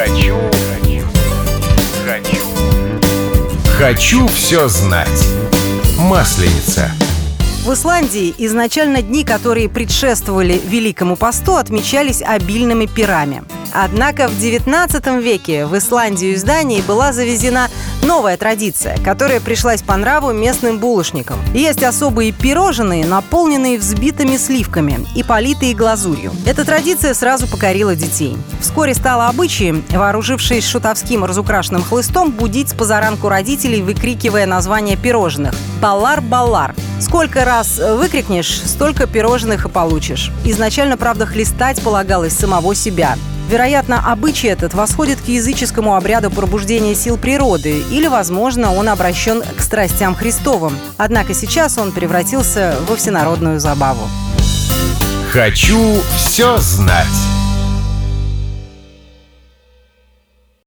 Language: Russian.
Хочу все знать. Масленица. В Исландии изначально дни, которые предшествовали Великому посту, отмечались обильными пирами. Однако в XIX веке в Исландию из Дании была завезена новая традиция, которая пришлась по нраву местным булочникам. Есть особые пирожные, наполненные взбитыми сливками и политые глазурью. Эта традиция сразу покорила детей. Вскоре стало обычаем, вооружившись шутовским разукрашенным хлыстом, будить спозаранку родителей, выкрикивая название пирожных «Баллар-баллар». Сколько раз выкрикнешь, столько пирожных и получишь. Изначально, правда, хлестать полагалось самого себя. Вероятно, обычай этот восходит к языческому обряду пробуждения сил природы или, возможно, он обращен к страстям Христовым. Однако сейчас он превратился во всенародную забаву. Хочу все знать.